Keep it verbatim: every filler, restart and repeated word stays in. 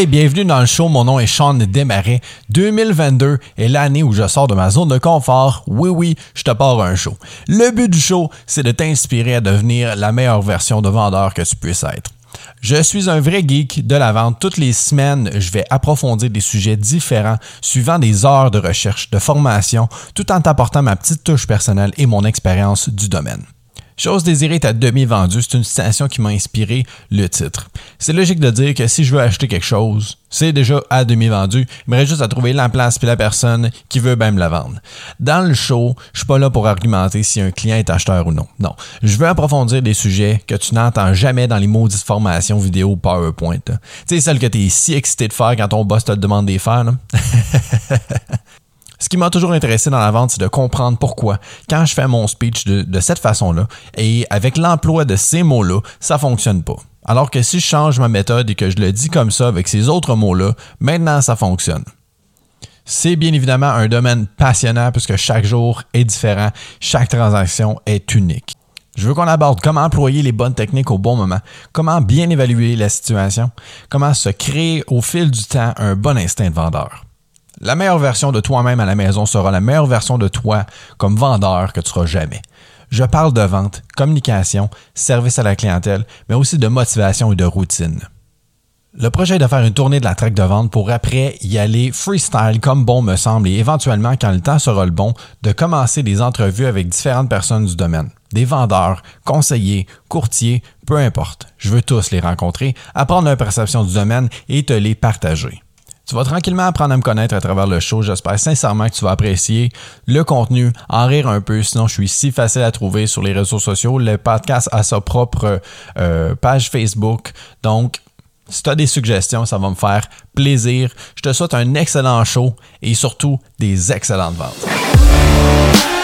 Hey, bienvenue dans le show, mon nom est Sean Desmarais. deux mille vingt-deux est l'année où je sors de ma zone de confort. Oui, oui, je te pars un show. Le but du show, c'est de t'inspirer à devenir la meilleure version de vendeur que tu puisses être. Je suis un vrai geek de la vente. Toutes les semaines, je vais approfondir des sujets différents suivant des heures de recherche, de formation, tout en t'apportant ma petite touche personnelle et mon expérience du domaine. Chose désirée est à demi vendue, c'est une citation qui m'a inspiré le titre. C'est logique de dire que si je veux acheter quelque chose, c'est déjà à demi vendu, il me reste juste à trouver la place puis la personne qui veut bien me la vendre. Dans le show, je suis pas là pour argumenter si un client est acheteur ou non. Non, je veux approfondir des sujets que tu n'entends jamais dans les maudites formations vidéo PowerPoint. Tu sais, celles que tu es si excité de faire quand ton boss te le demande de les faire, là. Ce qui m'a toujours intéressé dans la vente, c'est de comprendre pourquoi, quand je fais mon speech de, de cette façon-là, et avec l'emploi de ces mots-là, ça fonctionne pas. Alors que si je change ma méthode et que je le dis comme ça avec ces autres mots-là, maintenant ça fonctionne. C'est bien évidemment un domaine passionnant puisque chaque jour est différent, chaque transaction est unique. Je veux qu'on aborde comment employer les bonnes techniques au bon moment, comment bien évaluer la situation, comment se créer au fil du temps un bon instinct de vendeur. La meilleure version de toi-même à la maison sera la meilleure version de toi comme vendeur que tu seras jamais. Je parle de vente, communication, service à la clientèle, mais aussi de motivation et de routine. Le projet est de faire une tournée de la traque de vente pour après y aller freestyle comme bon me semble et éventuellement, quand le temps sera le bon, de commencer des entrevues avec différentes personnes du domaine. Des vendeurs, conseillers, courtiers, peu importe. Je veux tous les rencontrer, apprendre leur perception du domaine et te les partager. Tu vas tranquillement apprendre à me connaître à travers le show. J'espère sincèrement que tu vas apprécier le contenu, en rire un peu. Sinon, je suis si facile à trouver sur les réseaux sociaux. Le podcast a sa propre euh, page Facebook. Donc, si tu as des suggestions, ça va me faire plaisir. Je te souhaite un excellent show et surtout des excellentes ventes.